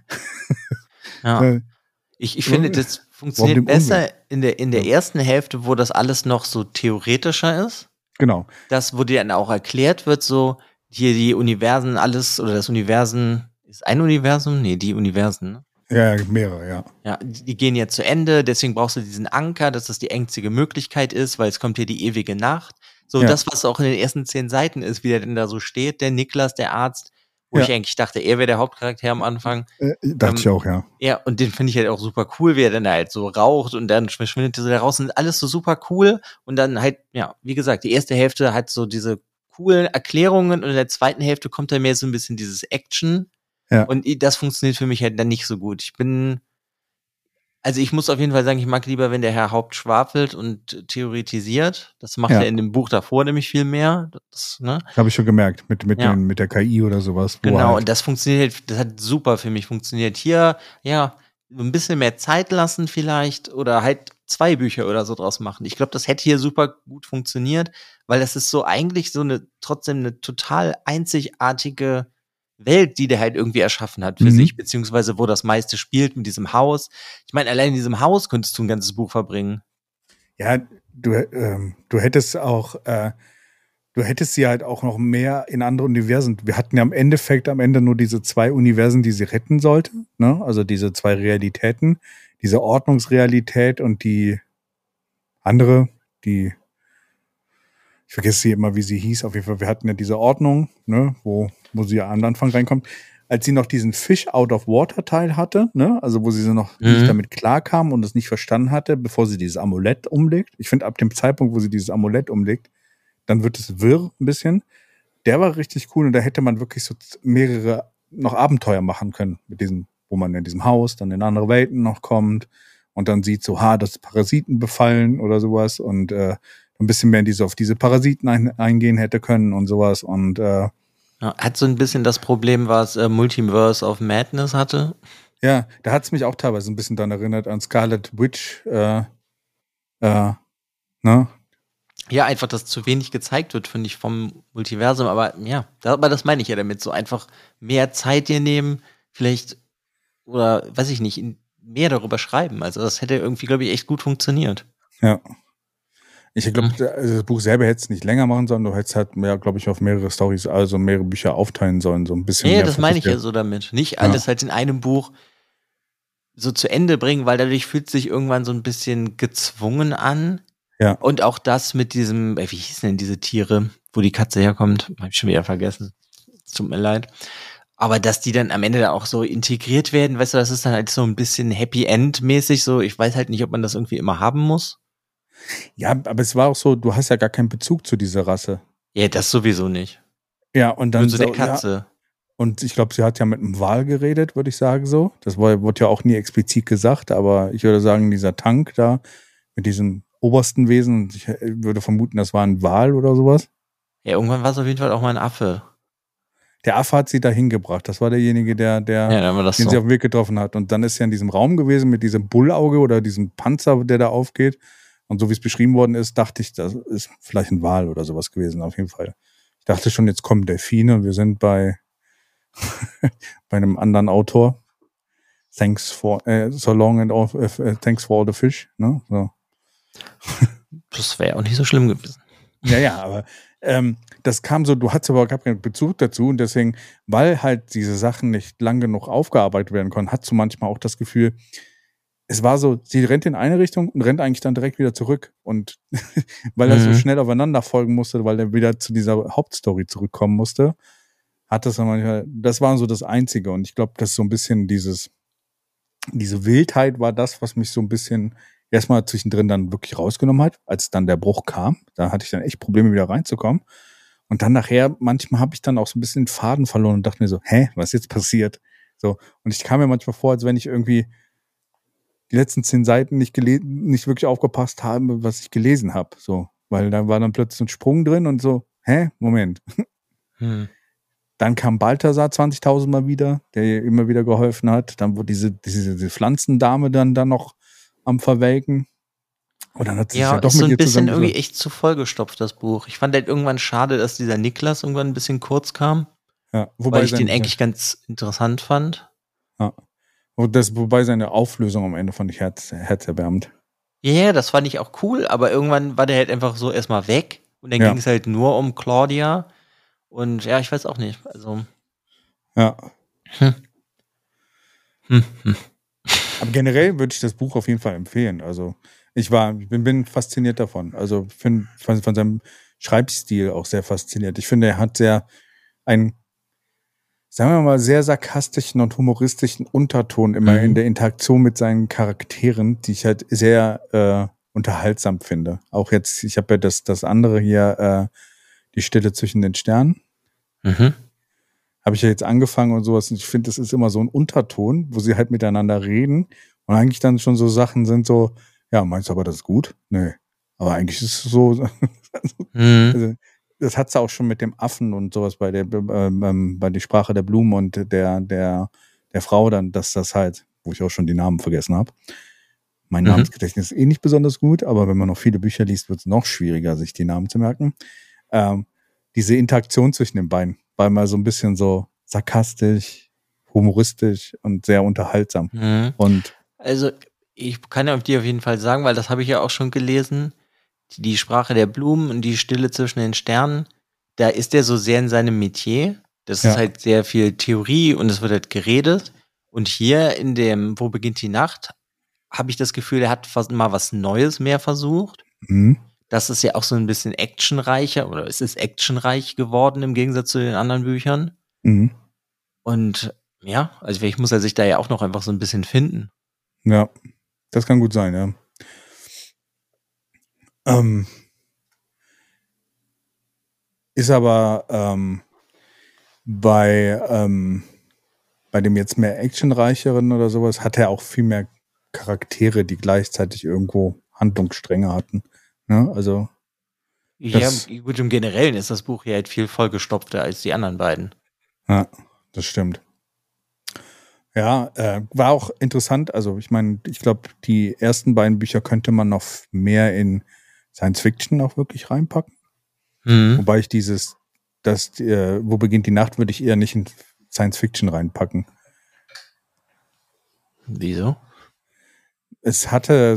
Ja. Ich finde, das funktioniert besser in der ersten Hälfte, wo das alles noch so theoretischer ist. Genau. Das, wo dir dann auch erklärt wird, so, hier die Universen, alles, oder das Universen, ist ein Universum? Nee, die Universen, ne? Ja, mehrere, ja. Ja, die gehen ja zu Ende, deswegen brauchst du diesen Anker, dass das die einzige Möglichkeit ist, weil es kommt hier die ewige Nacht. So, das, was auch in den ersten 10 Seiten ist, wie der denn da so steht, der Niklas, der Arzt, wo ich eigentlich dachte, er wäre der Hauptcharakter am Anfang. Dachte ich auch, ja. Ja, und den finde ich halt auch super cool, wie er dann halt so raucht und dann verschwindet er so da raus und alles so super cool. Und dann halt, ja, wie gesagt, die erste Hälfte hat so diese coolen Erklärungen und in der zweiten Hälfte kommt dann mehr so ein bisschen dieses Action. Ja. Und das funktioniert für mich halt dann nicht so gut. Ich muss auf jeden Fall sagen, ich mag lieber, wenn der Herr Haupt schwafelt und theoretisiert. Das macht er in dem Buch davor nämlich viel mehr. Das, ne? Habe ich schon gemerkt, mit der KI oder sowas. Genau, und das funktioniert halt, das hat super für mich funktioniert. Hier, ja, ein bisschen mehr Zeit lassen vielleicht oder halt 2 Bücher oder so draus machen. Ich glaube, das hätte hier super gut funktioniert, weil das ist so eigentlich so trotzdem eine total einzigartige Welt, die der halt irgendwie erschaffen hat für sich, beziehungsweise wo das meiste spielt mit diesem Haus. Ich meine, allein in diesem Haus könntest du ein ganzes Buch verbringen. Ja, du hättest auch, du hättest sie halt auch noch mehr in andere Universen. Wir hatten ja am Ende nur diese 2 Universen, die sie retten sollte, ne? Also diese 2 Realitäten, diese Ordnungsrealität und die andere, ich vergesse sie immer, wie sie hieß. Auf jeden Fall, wir hatten ja diese Ordnung, ne, wo sie ja am Anfang reinkommt. Als sie noch diesen Fish-out-of-water-Teil hatte, ne, also wo sie noch nicht damit klarkam und es nicht verstanden hatte, bevor sie dieses Amulett umlegt. Ich finde, ab dem Zeitpunkt, wo sie dieses Amulett umlegt, dann wird es wirr ein bisschen. der war richtig cool und da hätte man wirklich so mehrere noch Abenteuer machen können mit diesem, wo man in diesem Haus dann in andere Welten noch kommt und dann sieht so, dass Parasiten befallen oder sowas und ein bisschen mehr auf diese Parasiten eingehen hätte können und sowas und Ja, hat so ein bisschen das Problem, was Multiverse of Madness hatte. ja, da hat es mich auch teilweise ein bisschen daran erinnert an Scarlet Witch, ne? Ja, einfach, dass zu wenig gezeigt wird, finde ich, vom Multiversum. Aber ja, aber das meine ich ja damit. So einfach mehr Zeit dir nehmen, vielleicht, oder weiß ich nicht, mehr darüber schreiben. Also das hätte irgendwie, glaube ich, echt gut funktioniert. Ja. Ich glaube, das Buch selber hätte es nicht länger machen sollen, du hättest halt mehr, glaube ich, auf mehrere Storys, also mehrere Bücher aufteilen sollen, so ein bisschen Nee, mehr. das meine ich ja so damit. Nicht alles halt in einem Buch so zu Ende bringen, weil dadurch fühlt sich irgendwann so ein bisschen gezwungen an. Ja. Und auch das mit diesem, wie hießen denn diese Tiere, wo die Katze herkommt? Hab ich schon wieder vergessen. Tut mir leid. Aber dass die dann am Ende da auch so integriert werden, weißt du, das ist dann halt so ein bisschen Happy End mäßig so. Ich weiß halt nicht, ob man das irgendwie immer haben muss. Ja, aber es war auch so, du hast ja gar keinen Bezug zu dieser Rasse. Ja, das sowieso nicht. Ja, und dann nur so der Katze. Ja, und ich glaube, sie hat ja mit einem Wal geredet, würde ich sagen so. Das wurde ja auch nie explizit gesagt, aber ich würde sagen, dieser Tank da mit diesem obersten Wesen, ich würde vermuten, das war ein Wal oder sowas. Ja, irgendwann war es auf jeden Fall auch mal ein Affe. Der Affe hat sie da hingebracht. Das war derjenige, der den sie auf dem Weg getroffen hat. Und dann ist sie in diesem Raum gewesen mit diesem Bullauge oder diesem Panzer, der da aufgeht. Und so wie es beschrieben worden ist, dachte ich, das ist vielleicht ein Wal oder sowas gewesen, auf jeden Fall. Ich dachte schon, jetzt kommen Delfine und wir sind bei einem anderen Autor. Thanks for so long and all, thanks for all the fish. Ne? So. Das wäre auch nicht so schlimm gewesen. Ja, aber das kam so, du hattest aber gar keinen Bezug dazu und deswegen, weil halt diese Sachen nicht lang genug aufgearbeitet werden konnten, hast du manchmal auch das Gefühl, es war so, sie rennt in eine Richtung und rennt eigentlich dann direkt wieder zurück und weil er so schnell aufeinander folgen musste, weil er wieder zu dieser Hauptstory zurückkommen musste, hat das dann manchmal, das war so das Einzige und ich glaube, das ist so ein bisschen diese Wildheit war das, was mich so ein bisschen erstmal zwischendrin dann wirklich rausgenommen hat, als dann der Bruch kam. Da hatte ich dann echt Probleme, wieder reinzukommen. Und dann nachher, manchmal habe ich dann auch so ein bisschen den Faden verloren und dachte mir so, was ist jetzt passiert? So. Und ich kam mir manchmal vor, als wenn ich irgendwie die letzten 10 Seiten nicht wirklich aufgepasst habe, was ich gelesen habe. So. Weil da war dann plötzlich ein Sprung drin und so, Moment. Dann kam Balthasar 20.000 Mal wieder, der ihr immer wieder geholfen hat. Dann wurde diese Pflanzendame dann noch am Verwelken. Und dann hat sie sich ja doch ist mit so ein ihr bisschen zusammen irgendwie echt zu vollgestopft, das Buch. Ich fand halt irgendwann schade, dass dieser Niklas irgendwann ein bisschen kurz kam. Ja, weil ich den eigentlich ganz interessant fand. Ja. Wobei seine Auflösung am Ende fand ich herzerwärmend. Ja, das fand ich auch cool, aber irgendwann war der halt einfach so erstmal weg. Und dann ging es halt nur um Claudia. Und ja, ich weiß auch nicht. Also. Ja. Aber generell würde ich das Buch auf jeden Fall empfehlen. Also ich bin fasziniert davon. Also ich bin von seinem Schreibstil auch sehr fasziniert. Ich finde, er hat einen, sagen wir mal, sehr sarkastischen und humoristischen Unterton immer in der Interaktion mit seinen Charakteren, die ich halt sehr unterhaltsam finde. Auch jetzt, ich habe ja das andere hier, die Stille zwischen den Sternen. Habe ich ja jetzt angefangen und sowas. Und ich finde, das ist immer so ein Unterton, wo sie halt miteinander reden und eigentlich dann schon so Sachen sind so, ja, meinst du aber, das ist gut? Nö. Aber eigentlich ist es so, also, das hat sie auch schon mit dem Affen und sowas bei die Sprache der Blumen und der Frau dann, dass das halt, wo ich auch schon die Namen vergessen habe. Mein Namensgedächtnis ist nicht besonders gut, aber wenn man noch viele Bücher liest, wird es noch schwieriger, sich die Namen zu merken. Diese Interaktion zwischen den beiden war mal so ein bisschen so sarkastisch, humoristisch und sehr unterhaltsam. Und also ich kann ja dir auf jeden Fall sagen, weil das habe ich ja auch schon gelesen, die Sprache der Blumen und die Stille zwischen den Sternen, da ist er so sehr in seinem Metier. Das ist halt sehr viel Theorie und es wird halt geredet. Und hier in dem Wo beginnt die Nacht habe ich das Gefühl, er hat mal was Neues mehr versucht. Das ist ja auch so ein bisschen actionreicher oder es ist actionreich geworden im Gegensatz zu den anderen Büchern. Und ja, also vielleicht muss er sich da ja auch noch einfach so ein bisschen finden. Ja, das kann gut sein, ja. Ist aber bei dem jetzt mehr actionreicheren oder sowas hat er auch viel mehr Charaktere, die gleichzeitig irgendwo Handlungsstränge hatten. Ne? Also Ja, gut, im Generellen ist das Buch ja halt viel vollgestopfter als die anderen beiden. Ja, das stimmt. Ja, war auch interessant. Also ich meine, ich glaube, die ersten beiden Bücher könnte man noch mehr in Science Fiction auch wirklich reinpacken. Wobei ich wo beginnt die Nacht, würde ich eher nicht in Science Fiction reinpacken. Wieso? Es hatte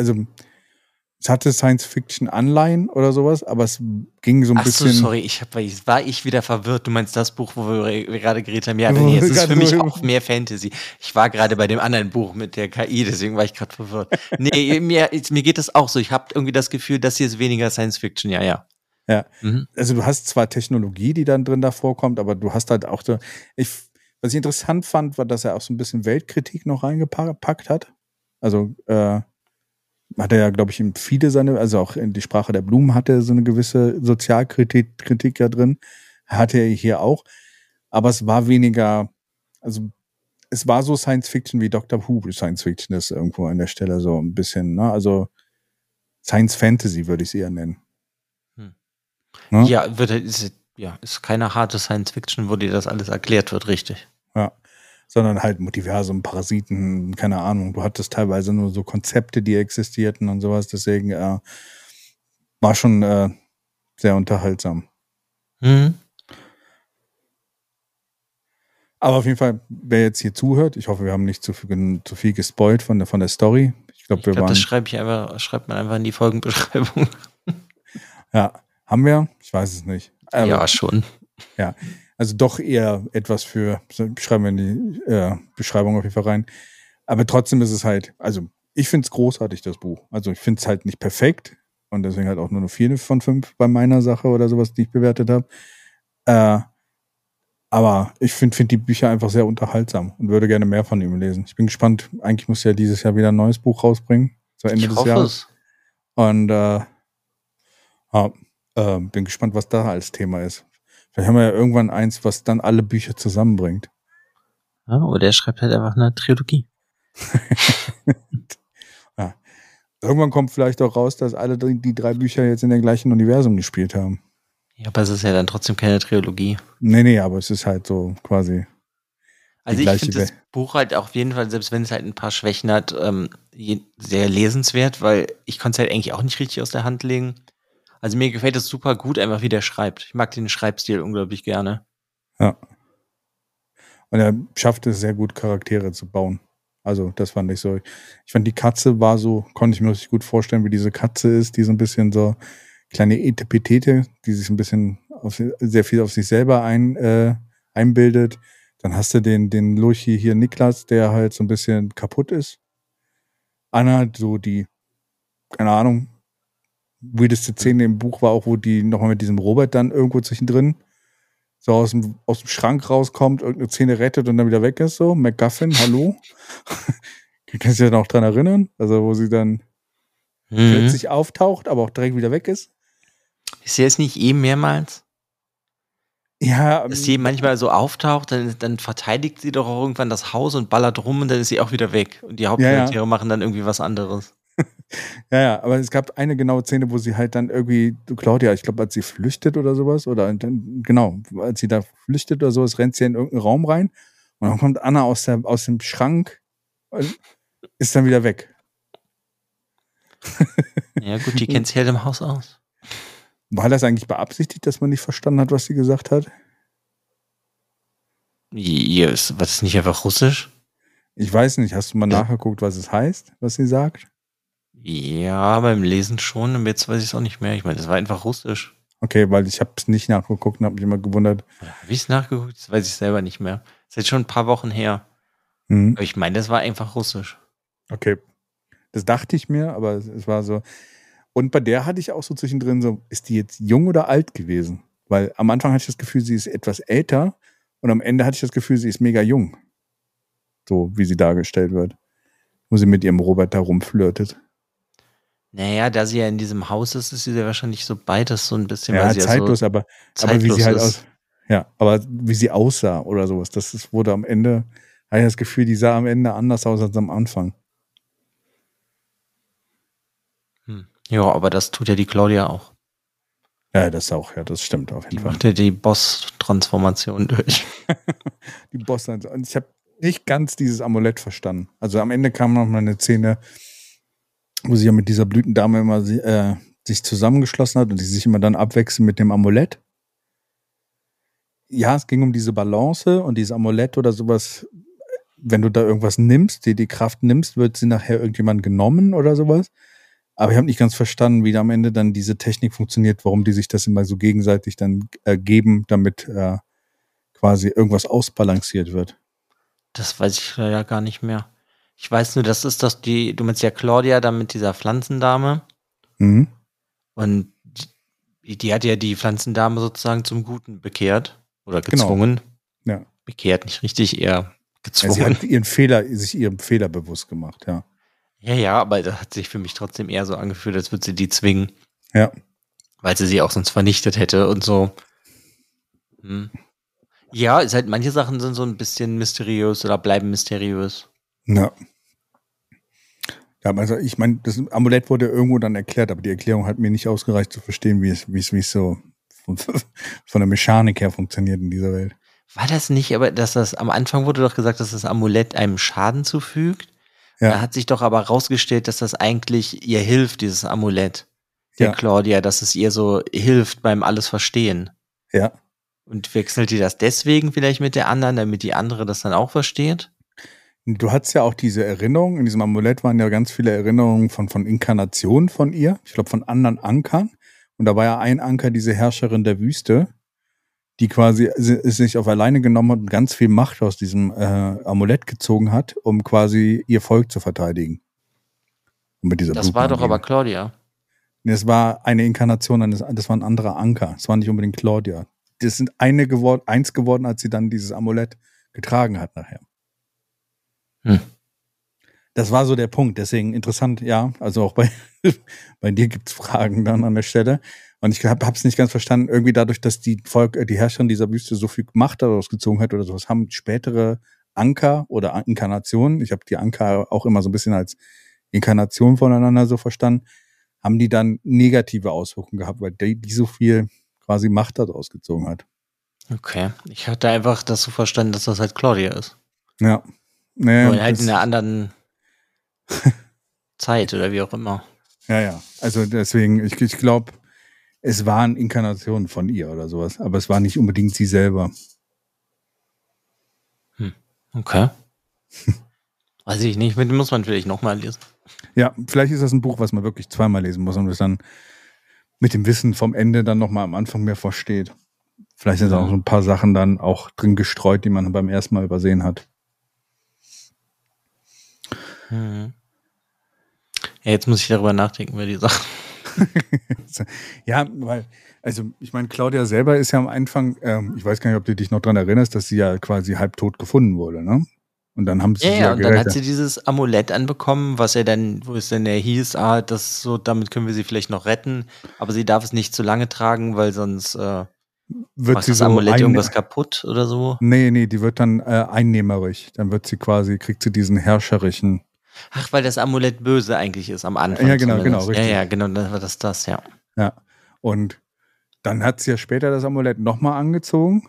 Science-Fiction-Anleihen oder sowas, aber es ging so ein bisschen. Ach so, sorry, war ich wieder verwirrt. Du meinst das Buch, wo wir gerade geredet haben? Ja, nee, es ist für mich auch mehr Fantasy. Ich war gerade bei dem anderen Buch mit der KI, deswegen war ich gerade verwirrt. Nee, mir geht das auch so. Ich habe irgendwie das Gefühl, das hier ist weniger Science-Fiction, ja. Ja, also du hast zwar Technologie, die dann drin da vorkommt, aber du hast halt auch was ich interessant fand, war, dass er auch so ein bisschen Weltkritik noch reingepackt hat. Also, hat er ja, glaube ich, in viele also auch in die Sprache der Blumen hat er so eine gewisse Sozialkritik ja drin. Hatte er hier auch. Aber es war weniger, also es war so Science Fiction wie Doctor Who Science Fiction ist irgendwo an der Stelle so ein bisschen, ne? Also Science Fantasy würde ich es eher nennen. Ne? Ja, ist keine harte Science Fiction, wo dir das alles erklärt wird, richtig. Ja. Sondern halt Multiversum, Parasiten, keine Ahnung. Du hattest teilweise nur so Konzepte, die existierten und sowas. Deswegen war schon sehr unterhaltsam. Aber auf jeden Fall, wer jetzt hier zuhört, ich hoffe, wir haben nicht zu viel gespoilt von der Story. Ich glaube, das schreibt man einfach in die Folgenbeschreibung. Ja, haben wir? Ich weiß es nicht. Aber, ja, schon. Ja, also doch eher etwas schreiben wir in die Beschreibung auf jeden Fall rein. Aber trotzdem ist es halt, also ich finde es großartig, das Buch. Also ich finde es halt nicht perfekt und deswegen halt auch nur 4 von 5 bei meiner Sache oder sowas, die ich bewertet habe. Aber ich finde die Bücher einfach sehr unterhaltsam und würde gerne mehr von ihm lesen. Ich bin gespannt. Eigentlich muss er dieses Jahr wieder ein neues Buch rausbringen. Zu Ende des Jahres. Und bin gespannt, was da als Thema ist. Vielleicht haben wir ja irgendwann eins, was dann alle Bücher zusammenbringt. Ja, oder er schreibt halt einfach eine Trilogie. Ja. Irgendwann kommt vielleicht auch raus, dass alle die 3 Bücher jetzt in dem gleichen Universum gespielt haben. Ja, aber es ist ja dann trotzdem keine Trilogie. Nee, aber es ist halt so quasi. Also ich finde das Buch halt auf jeden Fall, selbst wenn es halt ein paar Schwächen hat, sehr lesenswert, weil ich konnte es halt eigentlich auch nicht richtig aus der Hand legen. Also mir gefällt es super gut, einfach wie der schreibt. Ich mag den Schreibstil unglaublich gerne. Ja. Und er schafft es sehr gut, Charaktere zu bauen. Also das fand ich so. Ich fand die Katze war so, konnte ich mir richtig gut vorstellen, wie diese Katze ist, die so ein bisschen so kleine Etepetete, die sich ein bisschen sehr viel auf sich selber einbildet. Dann hast du den Luchi hier, Niklas, der halt so ein bisschen kaputt ist. Anna, so die, keine Ahnung, weirdeste Szene im Buch war auch, wo die nochmal mit diesem Robert dann irgendwo zwischendrin so aus dem Schrank rauskommt, irgendeine Szene rettet und dann wieder weg ist, so. MacGuffin, hallo? Kannst du dich ja noch dran erinnern? Also, wo sie dann plötzlich auftaucht, aber auch direkt wieder weg ist. Ist sie jetzt nicht mehrmals? Ja. Dass sie manchmal so auftaucht, dann verteidigt sie doch auch irgendwann das Haus und ballert rum und dann ist sie auch wieder weg. Und die Hauptcharaktere machen dann irgendwie was anderes. Ja, aber es gab eine genaue Szene, wo sie halt dann irgendwie, Claudia, ich glaube, als sie flüchtet oder sowas, oder dann, genau, als sie da flüchtet oder sowas, rennt sie in irgendeinen Raum rein und dann kommt Anna aus dem Schrank und ist dann wieder weg. Ja gut, die kennt sich halt im Haus aus. War das eigentlich beabsichtigt, dass man nicht verstanden hat, was sie gesagt hat? Ja, was ist nicht einfach Russisch? Ich weiß nicht, hast du mal nachgeguckt, was es heißt, was sie sagt? Ja, beim Lesen schon, und jetzt weiß ich es auch nicht mehr. Ich meine, das war einfach Russisch. Okay, weil ich habe es nicht nachgeguckt und habe mich immer gewundert. Habe ich es nachgeguckt? Das weiß ich selber nicht mehr. Das ist jetzt schon ein paar Wochen her. Aber ich meine, das war einfach Russisch. Okay, das dachte ich mir, aber es war so. Und bei der hatte ich auch so zwischendrin so, ist die jetzt jung oder alt gewesen? Weil am Anfang hatte ich das Gefühl, sie ist etwas älter und am Ende hatte ich das Gefühl, sie ist mega jung. So, wie sie dargestellt wird. Wo sie mit ihrem Robert da rumflirtet. Naja, da sie ja in diesem Haus ist sie ja wahrscheinlich so beides so ein bisschen, Ja, weil sie zeitlos, ja so aber wie zeitlos sie halt ist. aber wie sie aussah oder sowas, wurde am Ende, habe ich das Gefühl, die sah am Ende anders aus als am Anfang. Ja, aber das tut ja die Claudia auch. Ja, das stimmt auf jeden Die Fall. macht ja die Boss-Transformation durch. Die Boss, und ich habe nicht ganz dieses Amulett verstanden. Also am Ende kam noch mal eine Szene, wo sie ja mit dieser Blütendame immer sich zusammengeschlossen hat und die sich immer dann abwechseln mit dem Amulett. Ja, es ging um diese Balance und dieses Amulett oder sowas. Wenn du da irgendwas nimmst, die Kraft nimmst, wird sie nachher irgendjemand genommen oder sowas. Aber ich habe nicht ganz verstanden, wie da am Ende dann diese Technik funktioniert, warum die sich das immer so gegenseitig dann geben, damit quasi irgendwas ausbalanciert wird. Das weiß ich leider gar nicht mehr. Ich weiß nur, das ist das du meinst ja Claudia dann mit dieser Pflanzendame. Mhm. Und die hat ja die Pflanzendame sozusagen zum Guten bekehrt. Oder gezwungen. Genau. Ja. Bekehrt, nicht richtig, eher gezwungen. Sie hat sich ihrem Fehler bewusst gemacht, ja. Ja, aber das hat sich für mich trotzdem eher so angefühlt, als würde sie die zwingen. Ja. Weil sie auch sonst vernichtet hätte und so. Ja, ist halt, manche Sachen sind so ein bisschen mysteriös oder bleiben mysteriös. Ja. Ja, also ich meine, das Amulett wurde irgendwo dann erklärt, aber die Erklärung hat mir nicht ausgereicht zu verstehen, wie es so von der Mechanik her funktioniert in dieser Welt. War das nicht, aber am Anfang wurde doch gesagt, dass das Amulett einem Schaden zufügt? Ja. Da hat sich doch aber rausgestellt, dass das eigentlich ihr hilft, dieses Amulett. Der Claudia, dass es ihr so hilft beim alles verstehen. Ja. Und wechselt die das deswegen vielleicht mit der anderen, damit die andere das dann auch versteht? Du hattest ja auch diese Erinnerungen, in diesem Amulett waren ja ganz viele Erinnerungen von Inkarnationen von ihr, ich glaube von anderen Ankern. Und da war ja ein Anker, diese Herrscherin der Wüste, die quasi sich auf alleine genommen hat und ganz viel Macht aus diesem Amulett gezogen hat, um quasi ihr Volk zu verteidigen. Und mit dieser das war doch aber Claudia. Nee, das war eine Inkarnation, das war ein anderer Anker. Das war nicht unbedingt Claudia. Das sind eins geworden, als sie dann dieses Amulett getragen hat nachher. Das war so der Punkt. Deswegen interessant, ja. Also auch bei dir gibt's Fragen dann an der Stelle. Und ich hab's nicht ganz verstanden. Irgendwie dadurch, dass die Herrscherin dieser Wüste so viel Macht daraus gezogen hat oder sowas, haben spätere Anker oder Inkarnationen, ich habe die Anker auch immer so ein bisschen als Inkarnation voneinander so verstanden, haben die dann negative Auswirkungen gehabt, weil die so viel quasi Macht daraus gezogen hat. Okay. Ich hatte einfach das so verstanden, dass das halt Claudia ist. Ja. Nee, oder halt in einer anderen Zeit oder wie auch immer. Ja. Also deswegen, ich glaube, es waren Inkarnationen von ihr oder sowas, aber es war nicht unbedingt sie selber. Okay. Weiß ich nicht, mit dem muss man vielleicht nochmal lesen. Ja, vielleicht ist das ein Buch, was man wirklich zweimal lesen muss und es dann mit dem Wissen vom Ende dann nochmal am Anfang mehr versteht. Vielleicht sind auch so ein paar Sachen dann auch drin gestreut, die man beim ersten Mal übersehen hat. Ja, jetzt muss ich darüber nachdenken, wer die Sachen. Ja, weil, also ich meine, Claudia selber ist ja am Anfang, ich weiß gar nicht, ob du dich noch dran erinnerst, dass sie ja quasi halbtot gefunden wurde, ne? Und dann haben sie sie und dann hat sie dieses Amulett anbekommen, wo es dann hieß, damit können wir sie vielleicht noch retten, aber sie darf es nicht zu lange tragen, weil sonst macht das Amulett irgendwas kaputt oder so. Nee, die wird dann einnehmerig. Dann kriegt sie diesen herrscherischen. Ach, weil das Amulett böse eigentlich ist am Anfang. Ja, genau, richtig. Ja, genau, dann war das, ja. Ja, und dann hat sie ja später das Amulett nochmal angezogen.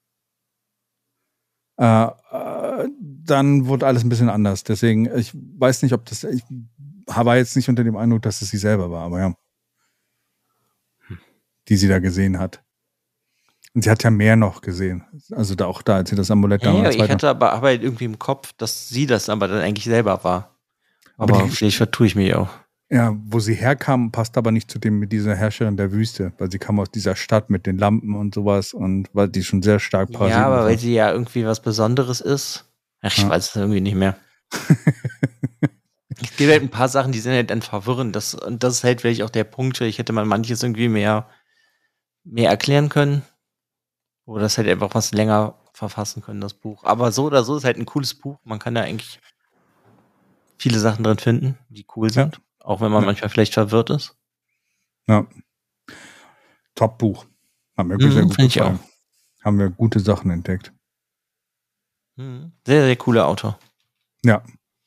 Dann wurde alles ein bisschen anders. Deswegen, ich weiß nicht, ich war jetzt nicht unter dem Eindruck, dass es sie selber war, aber ja. Die sie da gesehen hat. Und sie hat ja mehr noch gesehen. Also als sie das Amulett damals. Ja, ich hatte aber halt irgendwie im Kopf, dass sie das aber dann eigentlich selber war. Aber vielleicht vertue ich mich auch. Ja, wo sie herkam, passt aber nicht mit dieser Herrscherin der Wüste, weil sie kam aus dieser Stadt mit den Lampen und sowas und weil die schon sehr stark parasitiert. Ja, aber weil sie ja irgendwie was Besonderes ist. Ach, ich weiß es irgendwie nicht mehr. Es gibt halt ein paar Sachen, die sind halt dann verwirrend. Und das ist halt vielleicht auch der Punkt, vielleicht hätte man manches irgendwie mehr erklären können. Oder das halt einfach was länger verfassen können, das Buch. Aber so oder so ist halt ein cooles Buch. Man kann da eigentlich viele Sachen drin finden, die cool sind. Ja. Auch wenn man manchmal vielleicht verwirrt ist. Ja. Top-Buch. Haben wir sehr gut gefallen. Haben wir gute Sachen entdeckt. Sehr, sehr cooler Autor. Ja.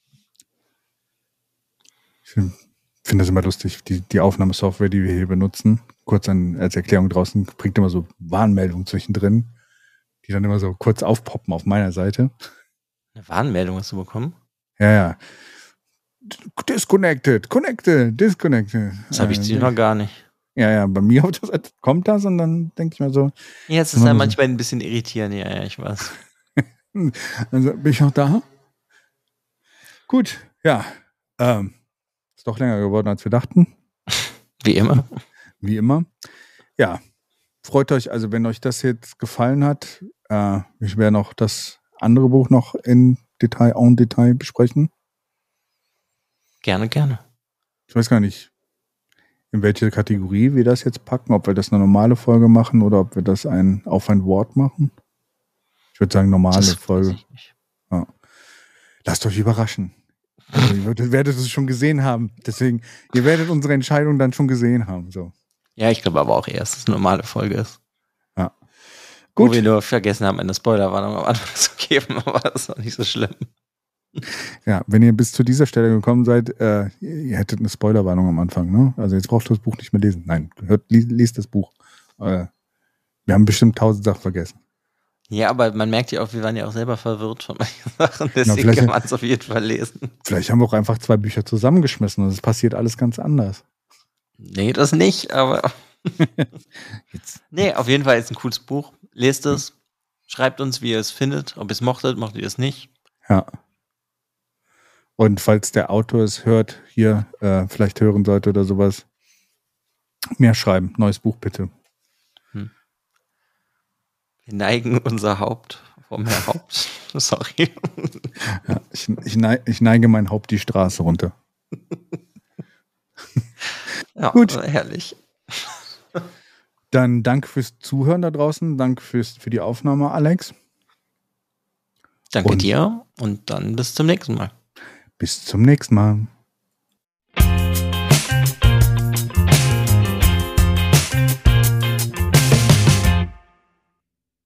Ich finde das immer lustig, die Aufnahmesoftware, die wir hier benutzen. Kurz als Erklärung draußen bringt immer so Warnmeldungen zwischendrin, die dann immer so kurz aufpoppen auf meiner Seite. Eine Warnmeldung hast du bekommen? Ja. Disconnected. Das habe ich noch gar nicht. Ja, bei mir auf der Seite kommt das und dann denke ich mir so. Ja, es ist ja manchmal ein bisschen irritierend, ja, ich weiß. Also bin ich noch da? Gut, ja. Ist doch länger geworden, als wir dachten. Wie immer. Ja, freut euch, also wenn euch das jetzt gefallen hat, ich werde noch das andere Buch noch en Detail besprechen. Gerne. Ich weiß gar nicht, in welche Kategorie wir das jetzt packen, ob wir das eine normale Folge machen oder ob wir das auf ein Wort machen. Ich würde sagen, normale Folge. Weiß ich nicht. Ja. Lasst euch überraschen. Also, ihr werdet es schon gesehen haben. Deswegen, ihr werdet unsere Entscheidung dann schon gesehen haben. So. Ja, ich glaube aber auch eher, dass es eine normale Folge ist. Ja. Gut. Wo wir nur vergessen haben, eine Spoilerwarnung am Anfang zu geben, aber das ist auch nicht so schlimm. Ja, wenn ihr bis zu dieser Stelle gekommen seid, ihr hättet eine Spoilerwarnung am Anfang, ne? Also jetzt braucht ihr das Buch nicht mehr lesen. Nein, liest das Buch. Wir haben bestimmt 1000 Sachen vergessen. Ja, aber man merkt ja auch, wir waren ja auch selber verwirrt von manchen Sachen, deswegen kann man es auf jeden Fall lesen. Vielleicht haben wir auch einfach 2 Bücher zusammengeschmissen und es passiert alles ganz anders. Nee, das nicht, aber Nee, auf jeden Fall ist ein cooles Buch. Lest es, schreibt uns, wie ihr es findet, ob ihr es mochtet ihr es nicht. Ja. Und falls der Autor es hört, hier vielleicht hören sollte oder sowas, mehr schreiben. Neues Buch bitte. Wir neigen unser Haupt vom Haupt. Sorry. Ja, ich neige mein Haupt die Straße runter. Ja, gut. Herrlich. Dann danke fürs Zuhören da draußen. Danke für die Aufnahme, Alex. Danke dir und dann bis zum nächsten Mal. Bis zum nächsten Mal.